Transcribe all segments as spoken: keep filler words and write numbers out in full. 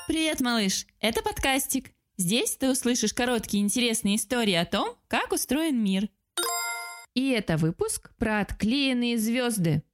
Привет, малыш! Это подкастик. Здесь ты услышишь короткие интересные истории о том, как устроен мир. И это выпуск про отклеенные звезды.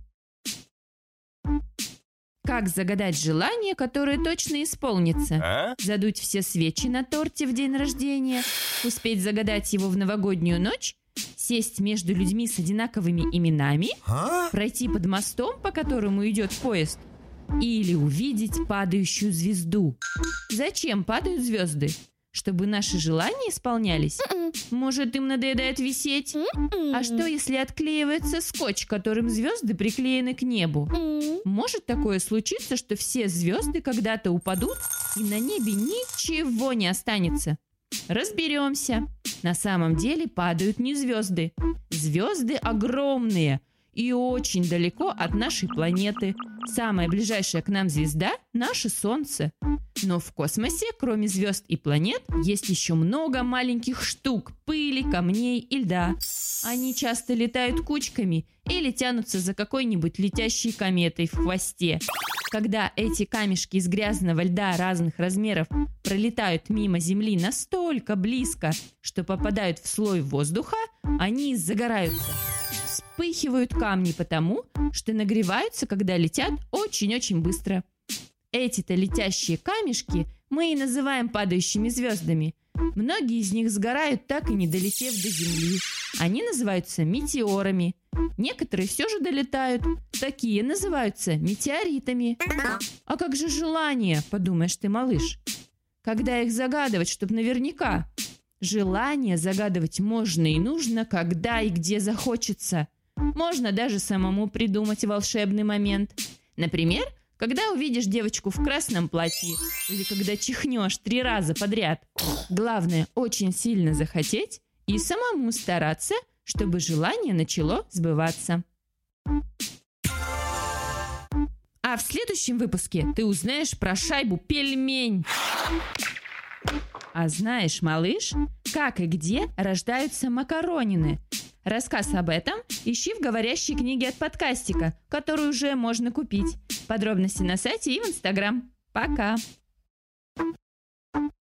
Как загадать желание, которое точно исполнится. А? Задуть все свечи на торте в день рождения, успеть загадать его в новогоднюю ночь, сесть между людьми с одинаковыми именами, А? пройти под мостом, по которому идет поезд, или увидеть падающую звезду. Зачем падают звезды? Чтобы наши желания исполнялись? Может, им надоедает висеть? А что, если отклеивается скотч, которым звезды приклеены к небу? Может такое случиться, что все звезды когда-то упадут, и на небе ничего не останется? Разберемся. На самом деле падают не звезды. Звезды огромные и очень далеко от нашей планеты. Самая ближайшая к нам звезда – наше Солнце. Но в космосе, кроме звезд и планет, есть еще много маленьких штук, пыли, камней и льда. Они часто летают кучками или тянутся за какой-нибудь летящей кометой в хвосте. Когда эти камешки из грязного льда разных размеров пролетают мимо Земли настолько близко, что попадают в слой воздуха, они загораются. Вспыхивают камни потому, что нагреваются, когда летят очень-очень быстро. Эти-то летящие камешки мы и называем падающими звездами. Многие из них сгорают, так и не долетев до Земли. Они называются метеорами. Некоторые все же долетают. Такие называются метеоритами. А как же желания, подумаешь ты, малыш? Когда их загадывать, чтоб наверняка? Желания загадывать можно и нужно, когда и где захочется. Можно даже самому придумать волшебный момент. Например, когда увидишь девочку в красном платье или когда чихнешь три раза подряд. Главное очень сильно захотеть и самому стараться, чтобы желание начало сбываться. А в следующем выпуске ты узнаешь про шайбу пельмень. А знаешь, малыш, как и где рождаются макаронины? Рассказ об этом ищи в говорящей книге от подкастика, которую уже можно купить. Подробности на сайте и в Инстаграм. Пока!